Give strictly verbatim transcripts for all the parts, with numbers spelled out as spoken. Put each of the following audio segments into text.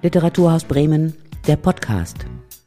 Literaturhaus Bremen, der Podcast.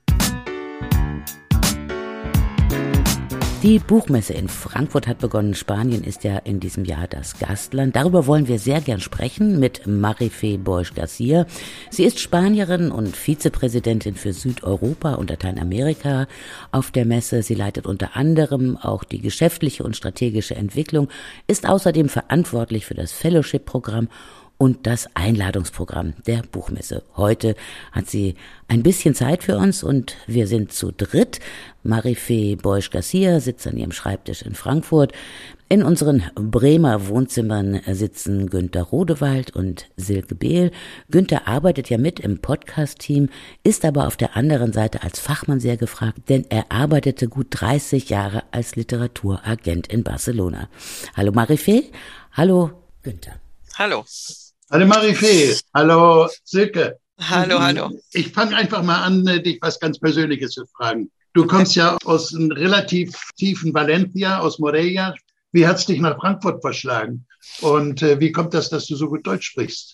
Die Buchmesse in Frankfurt hat begonnen. Spanien ist ja in diesem Jahr das Gastland. Darüber wollen wir sehr gern sprechen mit Marifé Boix-Garcia. Sie ist Spanierin und Vizepräsidentin für Südeuropa und Lateinamerika auf der Messe. Sie leitet unter anderem auch die geschäftliche und strategische Entwicklung, ist außerdem verantwortlich für das Fellowship-Programm und das Einladungsprogramm der Buchmesse. Heute hat sie ein bisschen Zeit für uns und wir sind zu dritt. Marifé Boix-Garcia sitzt an ihrem Schreibtisch in Frankfurt. In unseren Bremer Wohnzimmern sitzen Günter Rodewald und Silke Behl. Günter arbeitet ja mit im Podcast-Team, ist aber auf der anderen Seite als Fachmann sehr gefragt, denn er arbeitete gut dreißig Jahre als Literaturagent in Barcelona. Hallo Marifé, hallo Günter. Hallo. Hallo Marifé, hallo Silke. Hallo, hallo. Ich fange einfach mal an, dich was ganz Persönliches zu fragen. Du kommst ja aus einem relativ tiefen Valencia, aus Morella. Wie hat es dich nach Frankfurt verschlagen? Und äh, wie kommt das, dass du so gut Deutsch sprichst?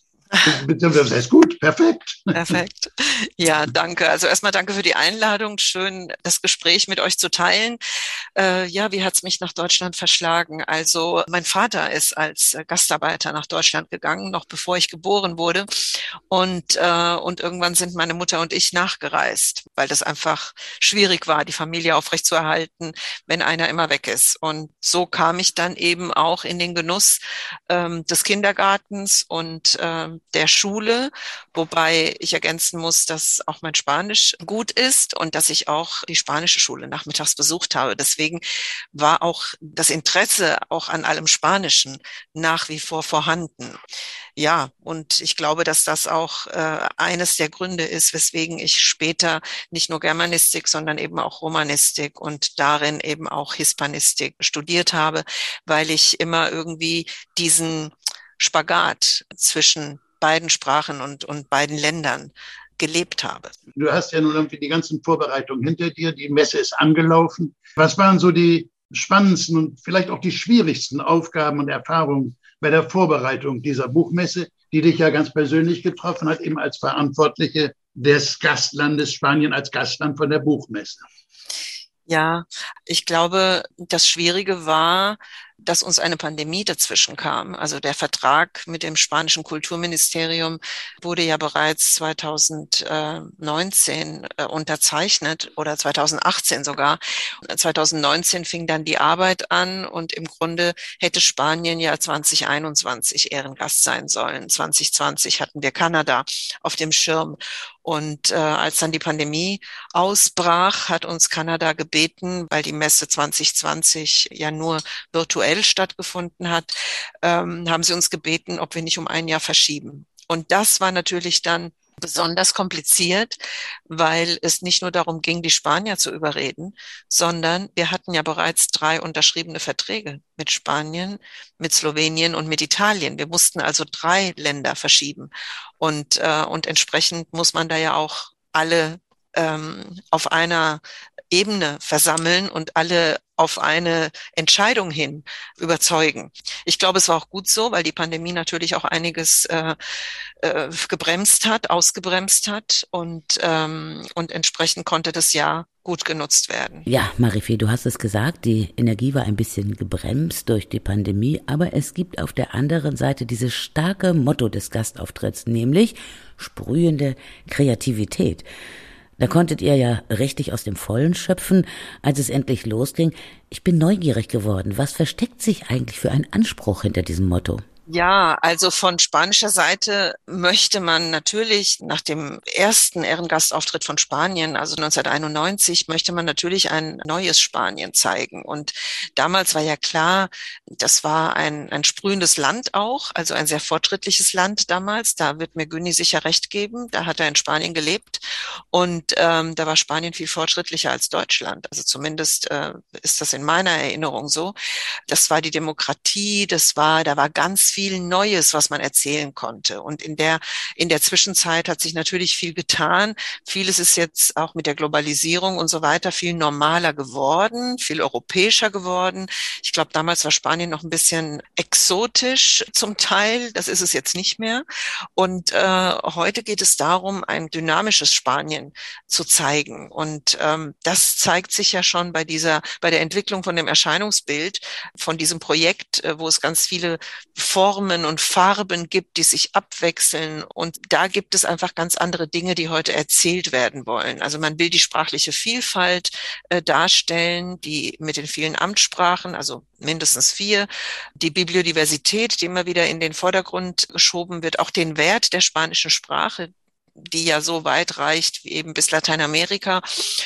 Das heißt gut, perfekt. Perfekt. Ja, danke. Also erstmal danke für die Einladung. Schön, das Gespräch mit euch zu teilen. Äh, ja, wie hat's mich nach Deutschland verschlagen? Also mein Vater ist als Gastarbeiter nach Deutschland gegangen, noch bevor ich geboren wurde. Und, äh, und irgendwann sind meine Mutter und ich nachgereist, weil das einfach schwierig war, die Familie aufrechtzuerhalten, wenn einer immer weg ist. Und so kam ich dann eben auch in den Genuss ähm, des Kindergartens und äh, der Schule, wobei ich ergänzen muss, dass auch mein Spanisch gut ist und dass ich auch die spanische Schule nachmittags besucht habe. Deswegen war auch das Interesse auch an allem Spanischen nach wie vor vorhanden. Ja, und ich glaube, dass das auch äh, eines der Gründe ist, weswegen ich später nicht nur Germanistik, sondern eben auch Romanistik und darin eben auch Hispanistik studiert habe, weil ich immer irgendwie diesen Spagat zwischen beiden Sprachen und, und beiden Ländern gelebt habe. Du hast ja nun irgendwie die ganzen Vorbereitungen hinter dir, die Messe ist angelaufen. Was waren so die spannendsten und vielleicht auch die schwierigsten Aufgaben und Erfahrungen bei der Vorbereitung dieser Buchmesse, die dich ja ganz persönlich getroffen hat, eben als Verantwortliche des Gastlandes Spanien, als Gastland von der Buchmesse? Ja, ich glaube, das Schwierige war, dass uns eine Pandemie dazwischen kam. Also der Vertrag mit dem spanischen Kulturministerium wurde ja bereits zweitausendneunzehn äh, unterzeichnet oder zweitausendachtzehn sogar. zweitausendneunzehn fing dann die Arbeit an und im Grunde hätte Spanien ja zwanzig einundzwanzig Ehrengast sein sollen. zwanzig zwanzig hatten wir Kanada auf dem Schirm. Und äh, als dann die Pandemie ausbrach, hat uns Kanada gebeten, weil die Messe zwanzig zwanzig ja nur virtuell stattgefunden hat, ähm, haben sie uns gebeten, ob wir nicht um ein Jahr verschieben. Und das war natürlich dann besonders kompliziert, weil es nicht nur darum ging, die Spanier zu überreden, sondern wir hatten ja bereits drei unterschriebene Verträge mit Spanien, mit Slowenien und mit Italien. Wir mussten also drei Länder verschieben. Und, äh, und entsprechend muss man da ja auch alle ähm, auf einer Ebene versammeln und alle auf eine Entscheidung hin überzeugen. Ich glaube, es war auch gut so, weil die Pandemie natürlich auch einiges äh, äh, gebremst hat, ausgebremst hat und, ähm, und entsprechend konnte das Jahr gut genutzt werden. Ja, Marifé, du hast es gesagt, die Energie war ein bisschen gebremst durch die Pandemie, aber es gibt auf der anderen Seite dieses starke Motto des Gastauftritts, nämlich sprühende Kreativität. Da konntet ihr ja richtig aus dem Vollen schöpfen, als es endlich losging. Ich bin neugierig geworden. Was versteckt sich eigentlich für einen Anspruch hinter diesem Motto? Ja, also von spanischer Seite möchte man natürlich nach dem ersten Ehrengastauftritt von Spanien, also neunzehnhunderteinundneunzig, möchte man natürlich ein neues Spanien zeigen. Und damals war ja klar, das war ein, ein sprühendes Land auch, also ein sehr fortschrittliches Land damals. Da wird mir Günni sicher recht geben. Da hat er in Spanien gelebt. Und ähm, da war Spanien viel fortschrittlicher als Deutschland. Also zumindest äh, ist das in meiner Erinnerung so. Das war die Demokratie, das war, da war ganz viel Neues, was man erzählen konnte. Und in der, in der Zwischenzeit hat sich natürlich viel getan. Vieles ist jetzt auch mit der Globalisierung und so weiter viel normaler geworden, viel europäischer geworden. Ich glaube, damals war Spanien noch ein bisschen exotisch zum Teil. Das ist es jetzt nicht mehr. Und äh, heute geht es darum, ein dynamisches Spanien zu zeigen. Und ähm, das zeigt sich ja schon bei dieser, bei der Entwicklung von dem Erscheinungsbild, von diesem Projekt, äh, wo es ganz viele Formen und Farben gibt, die sich abwechseln. Und da gibt es einfach ganz andere Dinge, die heute erzählt werden wollen. Also man will die sprachliche Vielfalt äh, darstellen, die mit den vielen Amtssprachen, also mindestens vier, die Bibliodiversität, die immer wieder in den Vordergrund geschoben wird, auch den Wert der spanischen Sprache, die ja so weit reicht wie eben bis Lateinamerika,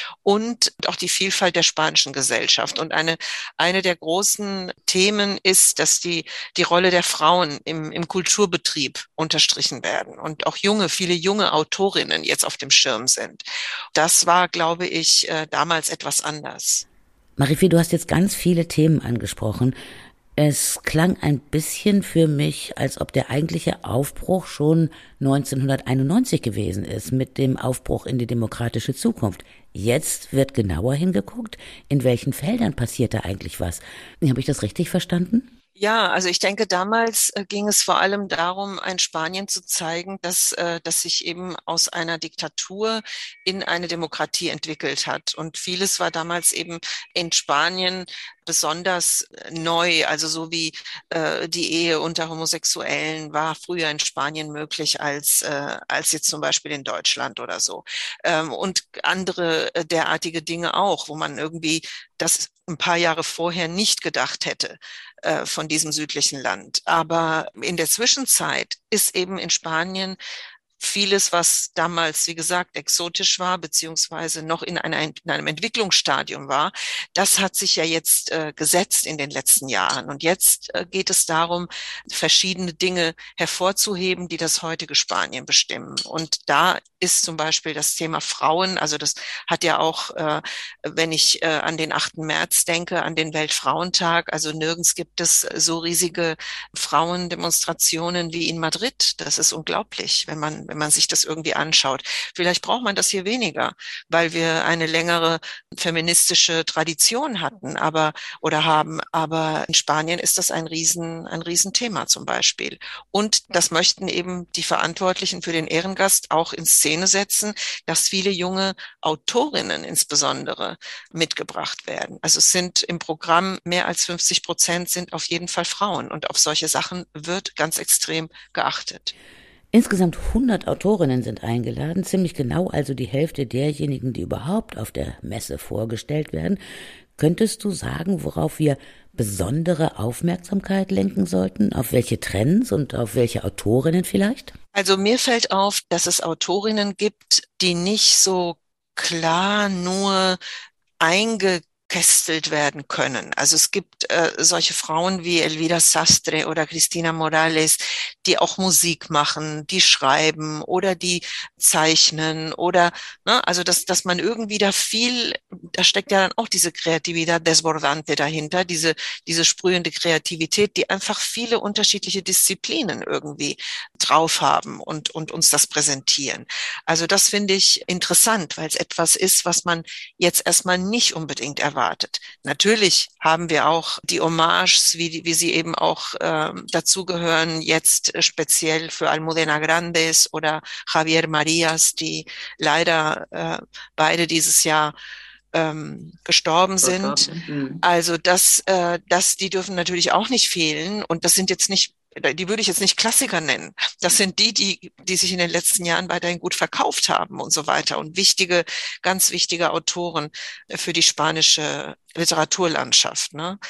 und auch die Vielfalt der spanischen Gesellschaft. Und eine, eine der großen Themen ist, dass die, die Rolle der Frauen im, im Kulturbetrieb unterstrichen werden und auch junge, viele junge Autorinnen jetzt auf dem Schirm sind. Das war, glaube ich, damals etwas anders. Marifé, du hast jetzt ganz viele Themen angesprochen. Es klang ein bisschen für mich, als ob der eigentliche Aufbruch schon neunzehnhunderteinundneunzig gewesen ist, mit dem Aufbruch in die demokratische Zukunft. Jetzt wird genauer hingeguckt, in welchen Feldern passiert da eigentlich was. Habe ich das richtig verstanden? Ja, also ich denke, damals äh, ging es vor allem darum, ein Spanien zu zeigen, dass, äh, dass sich eben aus einer Diktatur in eine Demokratie entwickelt hat. Und vieles war damals eben in Spanien besonders neu, also so wie äh, die Ehe unter Homosexuellen war früher in Spanien möglich als äh, als jetzt zum Beispiel in Deutschland oder so. Ähm, und andere äh, derartige Dinge auch, wo man irgendwie das ein paar Jahre vorher nicht gedacht hätte äh, von diesem südlichen Land. Aber in der Zwischenzeit ist eben in Spanien vieles, was damals, wie gesagt, exotisch war, beziehungsweise noch in, einer, in einem Entwicklungsstadium war, das hat sich ja jetzt äh, gesetzt in den letzten Jahren. Und jetzt äh, geht es darum, verschiedene Dinge hervorzuheben, die das heutige Spanien bestimmen. Und da ist zum Beispiel das Thema Frauen, also das hat ja auch, äh, wenn ich äh, an den achten März denke, an den Weltfrauentag, also nirgends gibt es so riesige Frauendemonstrationen wie in Madrid. Das ist unglaublich, wenn man wenn man sich das irgendwie anschaut. Vielleicht braucht man das hier weniger, weil wir eine längere feministische Tradition hatten, aber oder haben. Aber in Spanien ist das ein Riesen, ein Riesenthema zum Beispiel. Und das möchten eben die Verantwortlichen für den Ehrengast auch in Szene setzen, dass viele junge Autorinnen insbesondere mitgebracht werden. Also es sind im Programm mehr als fünfzig Prozent sind auf jeden Fall Frauen. Und auf solche Sachen wird ganz extrem geachtet. Insgesamt hundert Autorinnen sind eingeladen, ziemlich genau also die Hälfte derjenigen, die überhaupt auf der Messe vorgestellt werden. Könntest du sagen, worauf wir besondere Aufmerksamkeit lenken sollten? Auf welche Trends und auf welche Autorinnen vielleicht? Also mir fällt auf, dass es Autorinnen gibt, die nicht so klar nur einge kästelt werden können. Also es gibt äh, solche Frauen wie Elvira Sastre oder Cristina Morales, die auch Musik machen, die schreiben oder die zeichnen oder, ne, also dass, dass man irgendwie da viel, da steckt ja dann auch diese Kreativität desbordante dahinter, diese, diese sprühende Kreativität, die einfach viele unterschiedliche Disziplinen irgendwie drauf haben und, und uns das präsentieren. Also das finde ich interessant, weil es etwas ist, was man jetzt erstmal nicht unbedingt erwartet. Erwartet. Natürlich haben wir auch die Hommages, wie, wie sie eben auch äh, dazugehören, jetzt äh, speziell für Almudena Grandes oder Javier Marías, die leider äh, beide dieses Jahr ähm, gestorben sind. Mhm. Also das, äh, das, die dürfen natürlich auch nicht fehlen. Und das sind jetzt nicht die würde ich jetzt nicht Klassiker nennen. Das sind die, die, die sich in den letzten Jahren weiterhin gut verkauft haben und so weiter und wichtige, ganz wichtige Autoren für die spanische Literaturlandschaft, ne?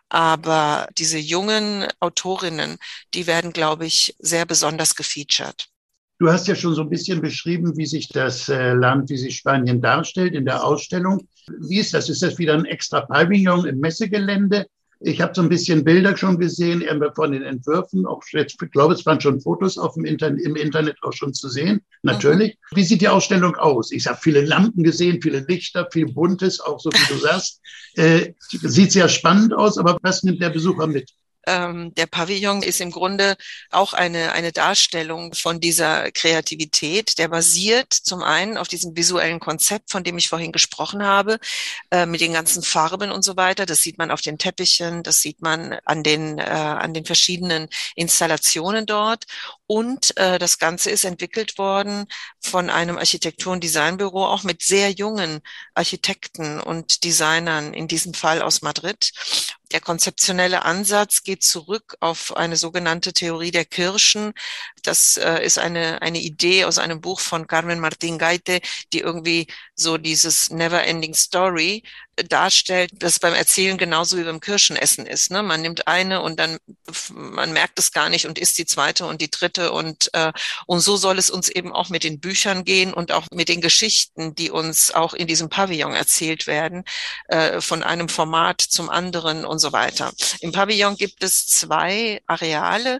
Aber diese jungen Autorinnen, die werden, glaube ich, sehr besonders gefeatured. Du hast ja schon so ein bisschen beschrieben, wie sich das Land, wie sich Spanien darstellt in der Ausstellung. Wie ist das? Ist das wieder ein extra Pavillon im Messegelände? Ich habe so ein bisschen Bilder schon gesehen von den Entwürfen. Auch jetzt, ich glaube, es waren schon Fotos auf dem Internet, im Internet auch schon zu sehen. Natürlich. Mhm. Wie sieht die Ausstellung aus? Ich habe viele Lampen gesehen, viele Lichter, viel Buntes, auch so wie du sagst. Äh, sieht sehr spannend aus, aber was nimmt der Besucher mit? Ähm, der Pavillon ist im Grunde auch eine, eine Darstellung von dieser Kreativität. Der basiert zum einen auf diesem visuellen Konzept, von dem ich vorhin gesprochen habe, äh, mit den ganzen Farben und so weiter. Das sieht man auf den Teppichen, das sieht man an den, äh, an den verschiedenen Installationen dort. Und äh, das Ganze ist entwickelt worden von einem Architektur- und Designbüro, auch mit sehr jungen Architekten und Designern, in diesem Fall aus Madrid. Der konzeptionelle Ansatz geht zurück auf eine sogenannte Theorie der Kirschen. Das äh, ist eine, eine Idee aus einem Buch von Carmen Martín Gaite, die irgendwie so dieses Never-Ending Story darstellt, das beim Erzählen genauso wie beim Kirschenessen ist. Ne? Man nimmt eine und dann, man merkt es gar nicht und isst die zweite und die dritte und, äh, und so soll es uns eben auch mit den Büchern gehen und auch mit den Geschichten, die uns auch in diesem Pavillon erzählt werden, äh, von einem Format zum anderen und so weiter. Im Pavillon gibt es zwei Areale,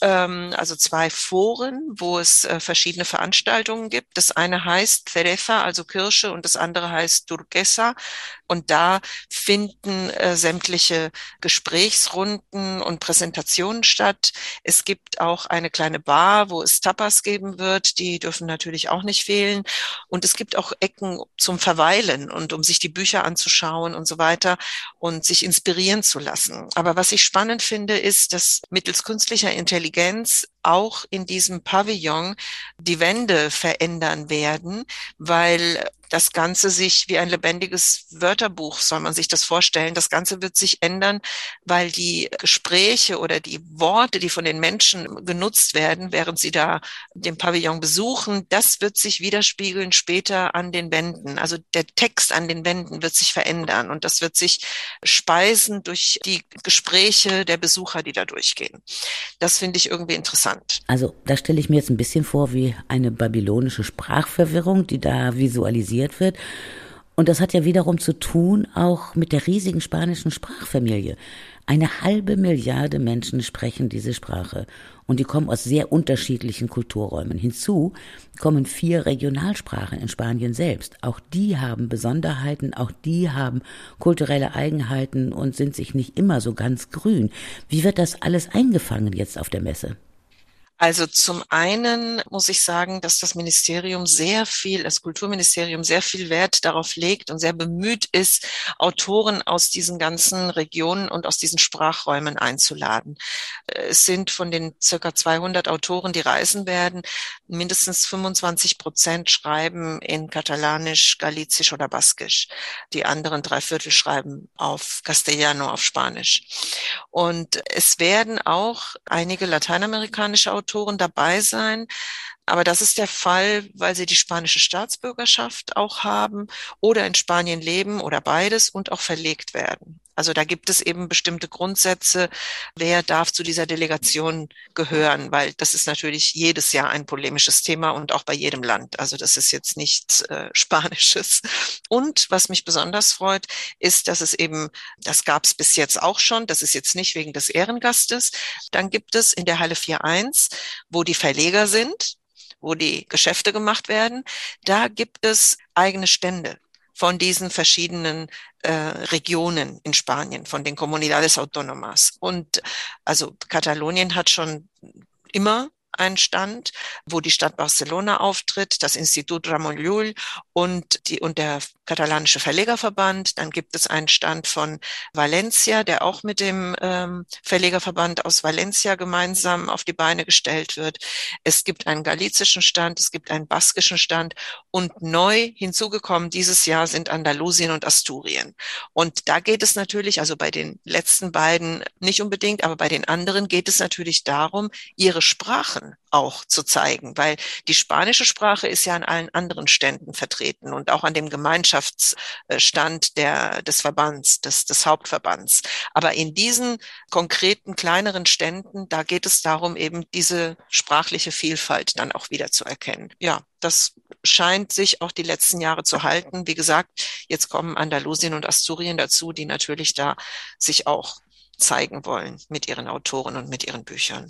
also zwei Foren, wo es äh, verschiedene Veranstaltungen gibt. Das eine heißt Cereza, also Kirsche, und das andere heißt Turquesa. Und da finden äh, sämtliche Gesprächsrunden und Präsentationen statt. Es gibt auch eine kleine Bar, wo es Tapas geben wird. Die dürfen natürlich auch nicht fehlen. Und es gibt auch Ecken zum Verweilen und um sich die Bücher anzuschauen und so weiter und sich inspirieren zu lassen. Aber was ich spannend finde, ist, dass mittels künstlicher Intelligenz auch in diesem Pavillon die Wände verändern werden, weil das Ganze sich wie ein lebendiges Wörterbuch, soll man sich das vorstellen. Das Ganze wird sich ändern, weil die Gespräche oder die Worte, die von den Menschen genutzt werden, während sie da den Pavillon besuchen, das wird sich widerspiegeln später an den Wänden. Also der Text an den Wänden wird sich verändern und das wird sich speisen durch die Gespräche der Besucher, die da durchgehen. Das finde ich irgendwie interessant. Also da stelle ich mir jetzt ein bisschen vor wie eine babylonische Sprachverwirrung, die da visualisiert wird. Und das hat ja wiederum zu tun auch mit der riesigen spanischen Sprachfamilie. Eine halbe Milliarde Menschen sprechen diese Sprache und die kommen aus sehr unterschiedlichen Kulturräumen. Hinzu kommen vier Regionalsprachen in Spanien selbst. Auch die haben Besonderheiten, auch die haben kulturelle Eigenheiten und sind sich nicht immer so ganz grün. Wie wird das alles eingefangen jetzt auf der Messe? Also zum einen muss ich sagen, dass das Ministerium sehr viel, das Kulturministerium sehr viel Wert darauf legt und sehr bemüht ist, Autoren aus diesen ganzen Regionen und aus diesen Sprachräumen einzuladen. Es sind von den circa zweihundert Autoren, die reisen werden, mindestens fünfundzwanzig Prozent schreiben in Katalanisch, Galizisch oder Baskisch. Die anderen drei Viertel schreiben auf Castellano, auf Spanisch. Und es werden auch einige lateinamerikanische Autoren Autoren dabei sein. Aber das ist der Fall, weil sie die spanische Staatsbürgerschaft auch haben oder in Spanien leben oder beides und auch verlegt werden. Also da gibt es eben bestimmte Grundsätze, wer darf zu dieser Delegation gehören, weil das ist natürlich jedes Jahr ein polemisches Thema und auch bei jedem Land. Also das ist jetzt nichts äh, Spanisches. Und was mich besonders freut, ist, dass es eben, das gab es bis jetzt auch schon, das ist jetzt nicht wegen des Ehrengastes, dann gibt es in der Halle vier eins, wo die Verleger sind, wo die Geschäfte gemacht werden, da gibt es eigene Stände von diesen verschiedenen äh, Regionen in Spanien, von den Comunidades Autónomas. Und also Katalonien hat schon immer einen Stand, wo die Stadt Barcelona auftritt, das Institut Ramon Llull und die und der katalanische Verlegerverband. Dann gibt es einen Stand von Valencia, der auch mit dem ähm, Verlegerverband aus Valencia gemeinsam auf die Beine gestellt wird. Es gibt einen galizischen Stand, es gibt einen baskischen Stand und neu hinzugekommen dieses Jahr sind Andalusien und Asturien. Und da geht es natürlich, also bei den letzten beiden nicht unbedingt, aber bei den anderen geht es natürlich darum, ihre Sprachen auch zu zeigen, weil die spanische Sprache ist ja an allen anderen Ständen vertreten und auch an dem Gemeinschaftsstand der, des Verbands, des, des Hauptverbands. Aber in diesen konkreten kleineren Ständen, da geht es darum, eben diese sprachliche Vielfalt dann auch wieder zu erkennen. Ja, das scheint sich auch die letzten Jahre zu halten. Wie gesagt, jetzt kommen Andalusien und Asturien dazu, die natürlich da sich auch zeigen wollen mit ihren Autoren und mit ihren Büchern.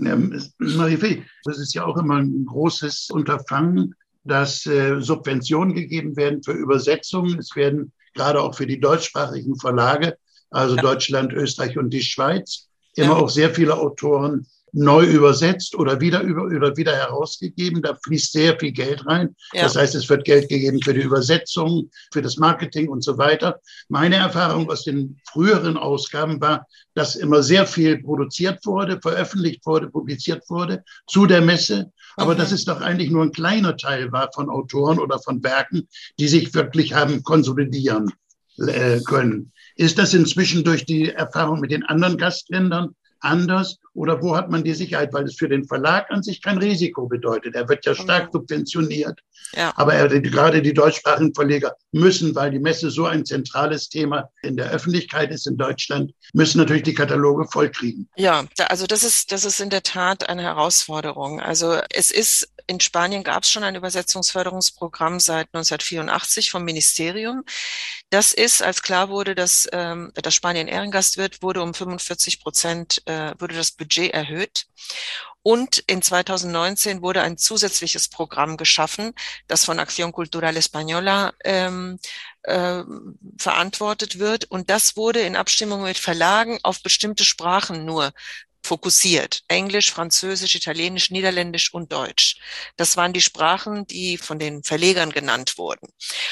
Marie-Fee, das ist ja auch immer ein großes Unterfangen, dass äh, Subventionen gegeben werden für Übersetzungen. Es werden gerade auch für die deutschsprachigen Verlage, also ja. Deutschland, Österreich und die Schweiz, immer Ja. auch sehr viele Autoren neu übersetzt oder wieder über oder wieder herausgegeben. Da fließt sehr viel Geld rein. Ja. Das heißt, es wird Geld gegeben für die Übersetzung, für das Marketing und so weiter. Meine Erfahrung aus den früheren Ausgaben war, dass immer sehr viel produziert wurde, veröffentlicht wurde, publiziert wurde zu der Messe. Aber Mhm. dass es doch eigentlich nur ein kleiner Teil war von Autoren oder von Werken, die sich wirklich haben konsolidieren äh, können. Ist das inzwischen durch die Erfahrung mit den anderen Gastländern anders oder wo hat man die Sicherheit? Weil es für den Verlag an sich kein Risiko bedeutet. Er wird ja stark subventioniert. Ja. Aber er, gerade die deutschsprachigen Verleger müssen, weil die Messe so ein zentrales Thema in der Öffentlichkeit ist in Deutschland, müssen natürlich die Kataloge vollkriegen. Ja, da, also das ist, das ist in der Tat eine Herausforderung. Also es ist, in Spanien gab es schon ein Übersetzungsförderungsprogramm seit neunzehnhundertvierundachtzig vom Ministerium. Das ist, als klar wurde, dass, ähm, dass Spanien Ehrengast wird, wurde um fünfundvierzig Prozent, äh, wurde das Budget erhöht. Und in zweitausendneunzehn wurde ein zusätzliches Programm geschaffen, das von Acción Cultural Española ähm, äh, verantwortet wird. Und das wurde in Abstimmung mit Verlagen auf bestimmte Sprachen nur fokussiert. Englisch, Französisch, Italienisch, Niederländisch und Deutsch. Das waren die Sprachen, die von den Verlegern genannt wurden.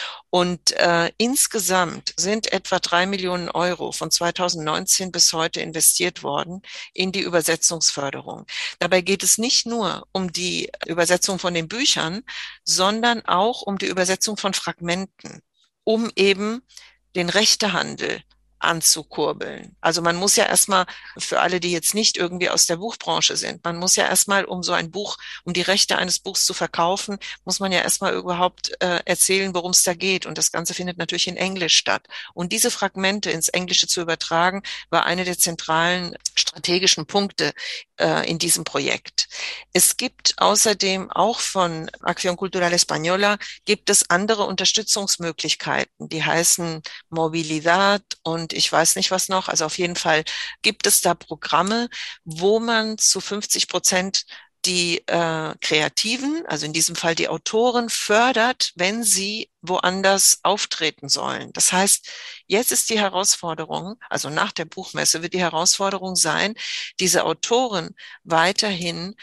Und äh, insgesamt sind etwa drei Millionen Euro von zweitausendneunzehn bis heute investiert worden in die Übersetzungsförderung. Dabei geht es nicht nur um die Übersetzung von den Büchern, sondern auch um die Übersetzung von Fragmenten, um eben den Rechtehandel anzukurbeln. Also man muss ja erstmal, für alle, die jetzt nicht irgendwie aus der Buchbranche sind, man muss ja erstmal, um so ein Buch, um die Rechte eines Buchs zu verkaufen, muss man ja erstmal überhaupt äh, erzählen, worum es da geht. Und das Ganze findet natürlich in Englisch statt. Und diese Fragmente ins Englische zu übertragen, war eine der zentralen strategischen Punkte äh, in diesem Projekt. Es gibt außerdem auch von Acción Cultural Española gibt es andere Unterstützungsmöglichkeiten, die heißen Mobilidad und ich weiß nicht was noch. Also auf jeden Fall gibt es da Programme, wo man zu fünfzig Prozent die äh, Kreativen, also in diesem Fall die Autoren, fördert, wenn sie woanders auftreten sollen. Das heißt, jetzt ist die Herausforderung, also nach der Buchmesse wird die Herausforderung sein, diese Autoren weiterhin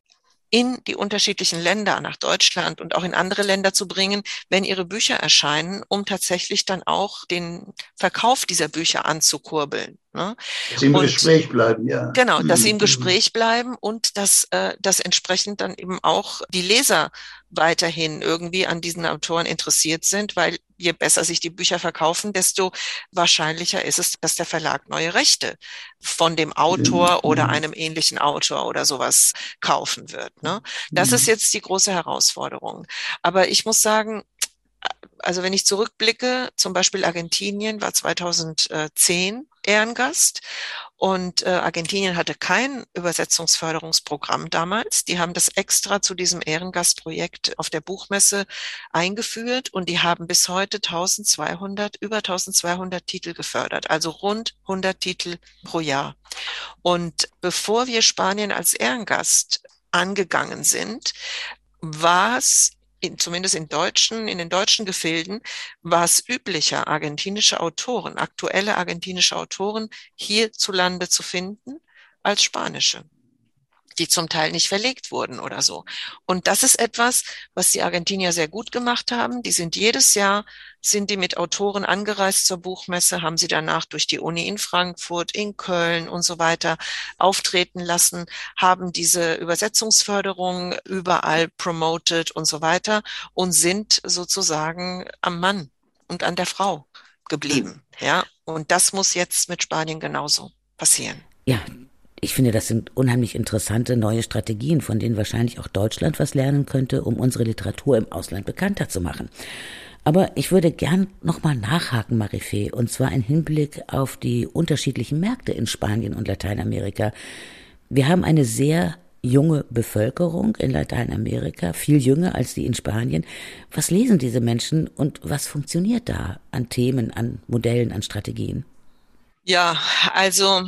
in die unterschiedlichen Länder, nach Deutschland und auch in andere Länder zu bringen, wenn ihre Bücher erscheinen, um tatsächlich dann auch den Verkauf dieser Bücher anzukurbeln. Ne? Dass sie im und, Gespräch bleiben, ja. Genau, dass sie im Mhm. Gespräch bleiben und dass, äh, dass entsprechend dann eben auch die Leser weiterhin irgendwie an diesen Autoren interessiert sind, weil je besser sich die Bücher verkaufen, desto wahrscheinlicher ist es, dass der Verlag neue Rechte von dem Autor Mhm. oder einem ähnlichen Autor oder sowas kaufen wird. Ne? Das ist jetzt die große Herausforderung. Aber ich muss sagen, also wenn ich zurückblicke, zum Beispiel Argentinien war zweitausendzehn Ehrengast und äh, Argentinien hatte kein Übersetzungsförderungsprogramm damals. Die haben das extra zu diesem Ehrengastprojekt auf der Buchmesse eingeführt und die haben bis heute eintausendzweihundert, über eintausendzweihundert Titel gefördert, also rund hundert Titel pro Jahr. Und bevor wir Spanien als Ehrengast angegangen sind, war es In, zumindest in deutschen, in den deutschen Gefilden, war es üblicher, argentinische Autoren, aktuelle argentinische Autoren hierzulande zu finden, als spanische, die zum Teil nicht verlegt wurden oder so. Und das ist etwas, was die Argentinier sehr gut gemacht haben. Die sind jedes Jahr, sind die mit Autoren angereist zur Buchmesse, haben sie danach durch die Uni in Frankfurt, in Köln und so weiter auftreten lassen, haben diese Übersetzungsförderung überall promoted und so weiter und sind sozusagen am Mann und an der Frau geblieben. Ja, und das muss jetzt mit Spanien genauso passieren. Ja, ich finde, das sind unheimlich interessante neue Strategien, von denen wahrscheinlich auch Deutschland was lernen könnte, um unsere Literatur im Ausland bekannter zu machen. Aber ich würde gern nochmal nachhaken, Marifé, und zwar im Hinblick auf die unterschiedlichen Märkte in Spanien und Lateinamerika. Wir haben eine sehr junge Bevölkerung in Lateinamerika, viel jünger als die in Spanien. Was lesen diese Menschen und was funktioniert da an Themen, an Modellen, an Strategien? Ja, also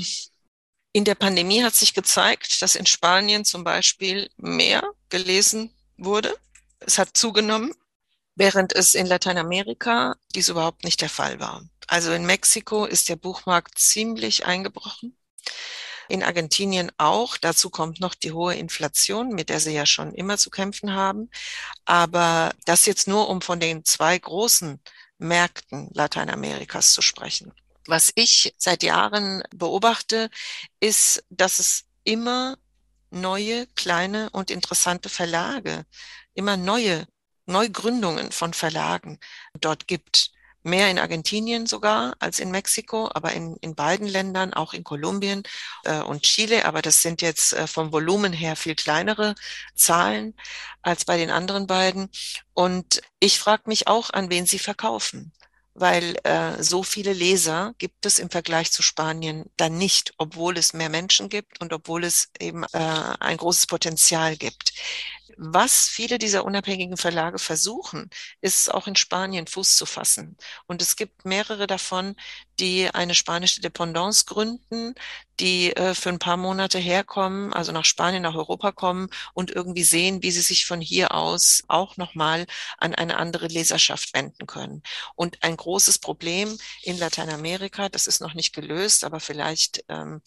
in der Pandemie hat sich gezeigt, dass in Spanien zum Beispiel mehr gelesen wurde. Es hat zugenommen, während es in Lateinamerika dies überhaupt nicht der Fall war. Also in Mexiko ist der Buchmarkt ziemlich eingebrochen. In Argentinien auch. Dazu kommt noch die hohe Inflation, mit der sie ja schon immer zu kämpfen haben. Aber das jetzt nur, um von den zwei großen Märkten Lateinamerikas zu sprechen. Was ich seit Jahren beobachte, ist, dass es immer neue, kleine und interessante Verlage, immer neue Neugründungen von Verlagen dort gibt. Mehr in Argentinien sogar als in Mexiko, aber in, in beiden Ländern, auch in Kolumbien äh, und Chile. Aber das sind jetzt äh, vom Volumen her viel kleinere Zahlen als bei den anderen beiden. Und ich frage mich auch, an wen sie verkaufen. Weil äh, so viele Leser gibt es im Vergleich zu Spanien dann nicht, obwohl es mehr Menschen gibt und obwohl es eben äh, ein großes Potenzial gibt. Was viele dieser unabhängigen Verlage versuchen, ist auch in Spanien Fuß zu fassen. Und es gibt mehrere davon, die eine spanische Dependance gründen, die äh, für ein paar Monate herkommen, also nach Spanien, nach Europa kommen und irgendwie sehen, wie sie sich von hier aus auch nochmal an eine andere Leserschaft wenden können. Und ein großes Problem in Lateinamerika, das ist noch nicht gelöst, aber vielleicht ähm,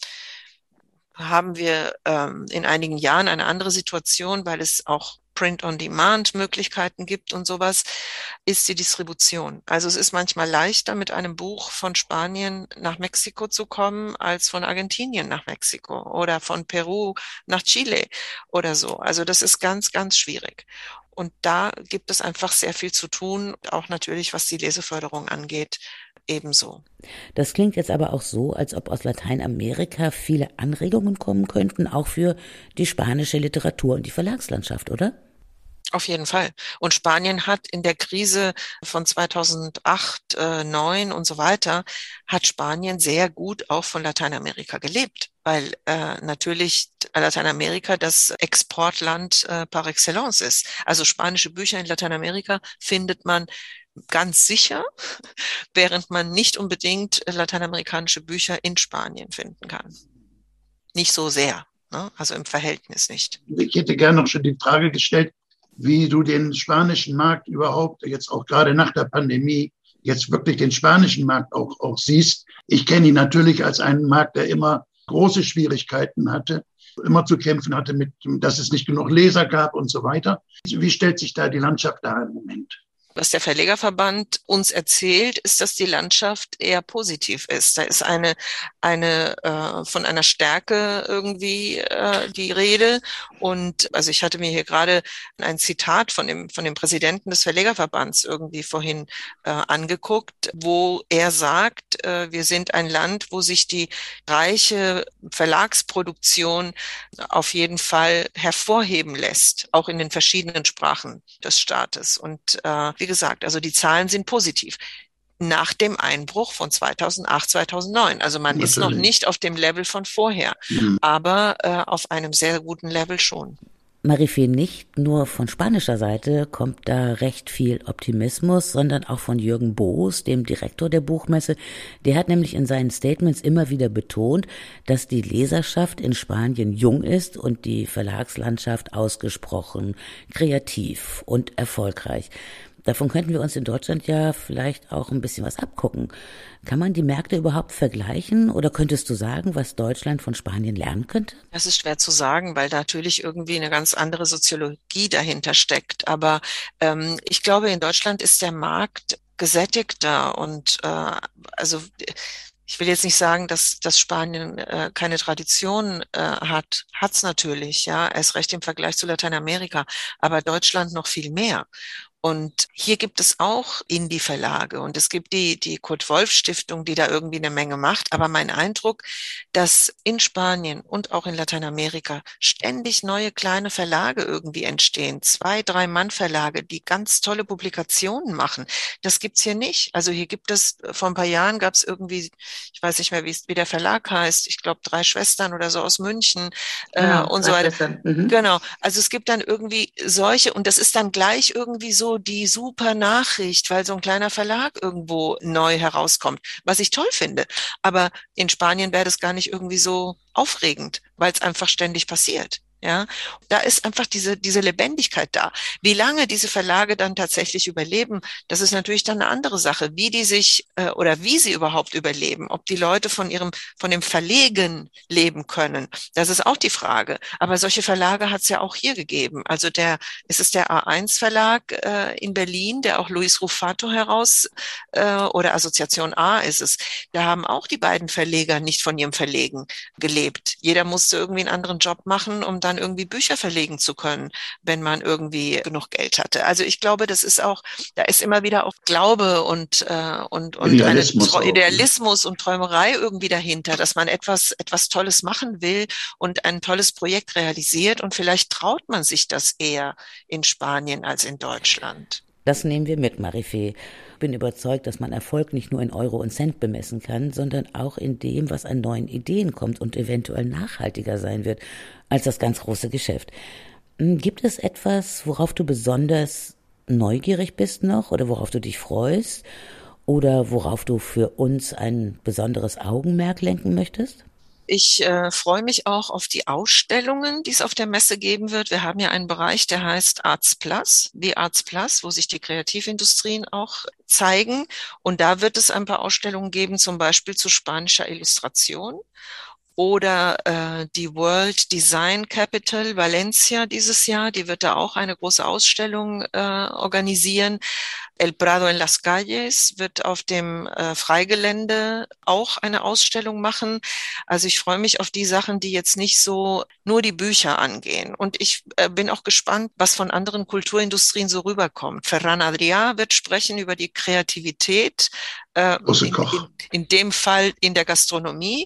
haben wir ähm, in einigen Jahren eine andere Situation, weil es auch Print-on-Demand-Möglichkeiten gibt und sowas, ist die Distribution. Also es ist manchmal leichter, mit einem Buch von Spanien nach Mexiko zu kommen, als von Argentinien nach Mexiko oder von Peru nach Chile oder so. Also das ist ganz, ganz schwierig. Und da gibt es einfach sehr viel zu tun, auch natürlich, was die Leseförderung angeht, ebenso. Das klingt jetzt aber auch so, als ob aus Lateinamerika viele Anregungen kommen könnten, auch für die spanische Literatur und die Verlagslandschaft, oder? Auf jeden Fall. Und Spanien hat in der Krise von zweitausendacht, äh, neun und so weiter, hat Spanien sehr gut auch von Lateinamerika gelebt, weil äh, natürlich Lateinamerika das Exportland äh, par excellence ist. Also spanische Bücher in Lateinamerika findet man ganz sicher, während man nicht unbedingt lateinamerikanische Bücher in Spanien finden kann. Nicht so sehr, ne? Also im Verhältnis nicht. Ich hätte gerne noch schon die Frage gestellt, wie du den spanischen Markt überhaupt, jetzt auch gerade nach der Pandemie, jetzt wirklich den spanischen Markt auch, auch siehst. Ich kenne ihn natürlich als einen Markt, der immer große Schwierigkeiten hatte, immer zu kämpfen hatte mit, dass es nicht genug Leser gab und so weiter. Wie stellt sich da die Landschaft da im Moment? Was der Verlegerverband uns erzählt, ist, dass die Landschaft eher positiv ist. Da ist eine eine äh, von einer Stärke irgendwie äh, die Rede. Und also ich hatte mir hier gerade ein Zitat von dem von dem Präsidenten des Verlegerverbands irgendwie vorhin äh, angeguckt, wo er sagt, äh, wir sind ein Land, wo sich die reiche Verlagsproduktion auf jeden Fall hervorheben lässt, auch in den verschiedenen Sprachen des Staates. Und äh, wie gesagt, also die Zahlen sind positiv. Nach dem Einbruch von zweitausendacht, zweitausendneun. Also man Natürlich. Ist noch nicht auf dem Level von vorher, mhm. aber äh, auf einem sehr guten Level schon. Marifé, nicht nur von spanischer Seite kommt da recht viel Optimismus, sondern auch von Jürgen Boos, dem Direktor der Buchmesse. Der hat nämlich in seinen Statements immer wieder betont, dass die Leserschaft in Spanien jung ist und die Verlagslandschaft ausgesprochen kreativ und erfolgreich. Davon könnten wir uns in Deutschland ja vielleicht auch ein bisschen was abgucken. Kann man die Märkte überhaupt vergleichen oder könntest du sagen, was Deutschland von Spanien lernen könnte? Das ist schwer zu sagen, weil da natürlich irgendwie eine ganz andere Soziologie dahinter steckt. Aber ähm, ich glaube, in Deutschland ist der Markt gesättigter und äh, also ich will jetzt nicht sagen, dass, dass Spanien äh, keine Tradition äh, hat. Hat's natürlich, ja, erst recht im Vergleich zu Lateinamerika, aber Deutschland noch viel mehr. Und hier gibt es auch Indie-Verlage und es gibt die, die Kurt-Wolf-Stiftung, die da irgendwie eine Menge macht. Aber mein Eindruck, dass in Spanien und auch in Lateinamerika ständig neue kleine Verlage irgendwie entstehen. Zwei, drei Mann-Verlage, die ganz tolle Publikationen machen. Das gibt's hier nicht. Also hier gibt es, vor ein paar Jahren gab es irgendwie, ich weiß nicht mehr, wie, wie der Verlag heißt, ich glaube drei Schwestern oder so aus München genau, äh, und so weiter. Mhm. Genau. Also es gibt dann irgendwie solche und das ist dann gleich irgendwie so die super Nachricht, weil so ein kleiner Verlag irgendwo neu herauskommt, was ich toll finde. Aber in Spanien wäre das gar nicht irgendwie so aufregend, weil es einfach ständig passiert. Ja, da ist einfach diese, diese Lebendigkeit da. Wie lange diese Verlage dann tatsächlich überleben, das ist natürlich dann eine andere Sache. Wie die sich, äh, oder wie sie überhaupt überleben, ob die Leute von ihrem, von dem Verlegen leben können, das ist auch die Frage. Aber solche Verlage hat es ja auch hier gegeben. Also der, es ist der A eins Verlag äh, in Berlin, der auch Luis Rufato heraus, äh, oder Assoziation A ist es. Da haben auch die beiden Verleger nicht von ihrem Verlegen gelebt. Jeder musste irgendwie einen anderen Job machen, um dann irgendwie Bücher verlegen zu können, wenn man irgendwie genug Geld hatte. Also ich glaube, das ist auch, da ist immer wieder auch Glaube und äh, und und Idealismus, eine, auch, Idealismus und Träumerei irgendwie dahinter, dass man etwas etwas Tolles machen will und ein tolles Projekt realisiert, und vielleicht traut man sich das eher in Spanien als in Deutschland. Das nehmen wir mit, Marifé. Ich bin überzeugt, dass man Erfolg nicht nur in Euro und Cent bemessen kann, sondern auch in dem, was an neuen Ideen kommt und eventuell nachhaltiger sein wird als das ganz große Geschäft. Gibt es etwas, worauf du besonders neugierig bist noch oder worauf du dich freust oder worauf du für uns ein besonderes Augenmerk lenken möchtest? Ich äh, freue mich auch auf die Ausstellungen, die es auf der Messe geben wird. Wir haben ja einen Bereich, der heißt Arts Plus, The Arts Plus, wo sich die Kreativindustrien auch zeigen. Und da wird es ein paar Ausstellungen geben, zum Beispiel zu spanischer Illustration. Oder äh, die World Design Capital Valencia dieses Jahr, die wird da auch eine große Ausstellung äh, organisieren. El Prado en las Calles wird auf dem äh, Freigelände auch eine Ausstellung machen. Also ich freue mich auf die Sachen, die jetzt nicht so nur die Bücher angehen. Und ich äh, bin auch gespannt, was von anderen Kulturindustrien so rüberkommt. Ferran Adrià wird sprechen über die Kreativität, äh, in, in, in dem Fall in der Gastronomie.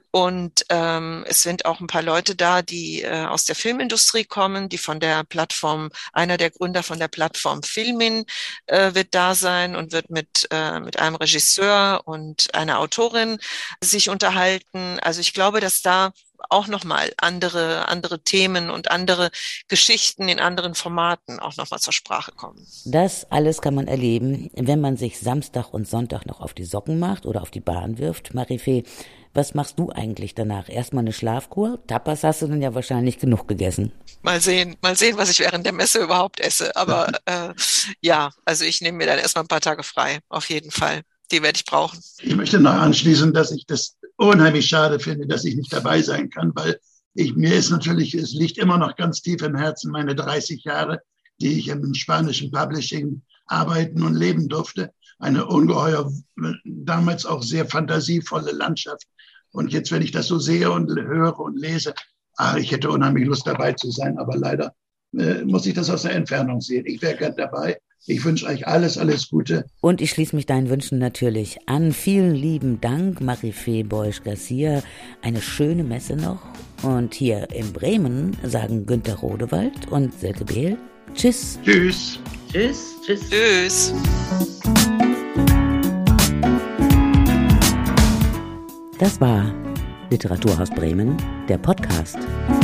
Und ähm, es sind auch ein paar Leute da, die äh, aus der Filmindustrie kommen, die von der Plattform, einer der Gründer von der Plattform Filmin äh, wird da sein und wird mit äh, mit einem Regisseur und einer Autorin sich unterhalten. Also ich glaube, dass da auch nochmal andere andere Themen und andere Geschichten in anderen Formaten auch nochmal zur Sprache kommen. Das alles kann man erleben, wenn man sich Samstag und Sonntag noch auf die Socken macht oder auf die Bahn wirft. Marifé, was machst du eigentlich danach? Erstmal eine Schlafkur? Tapas hast du dann ja wahrscheinlich genug gegessen. Mal sehen, mal sehen, was ich während der Messe überhaupt esse. Aber äh, ja, also ich nehme mir dann erstmal ein paar Tage frei, auf jeden Fall. Die werde ich brauchen. Ich möchte noch anschließen, dass ich das unheimlich schade finde, dass ich nicht dabei sein kann, weil ich, mir ist natürlich, es liegt immer noch ganz tief im Herzen, meine dreißig Jahre, die ich im spanischen Publishing arbeiten und leben durfte. Eine ungeheuer, damals auch sehr fantasievolle Landschaft. Und jetzt, wenn ich das so sehe und höre und lese, ach, ich hätte unheimlich Lust dabei zu sein, aber leider äh, muss ich das aus der Entfernung sehen. Ich wäre gerne dabei. Ich wünsche euch alles, alles Gute. Und ich schließe mich deinen Wünschen natürlich an. Vielen lieben Dank, Marifé Boix-Garcia. Eine schöne Messe noch. Und hier in Bremen sagen Günter Rodewald und Silke Behl Tschüss. Tschüss. Tschüss. Tschüss. Tschüss. Das war Literaturhaus Bremen, der Podcast.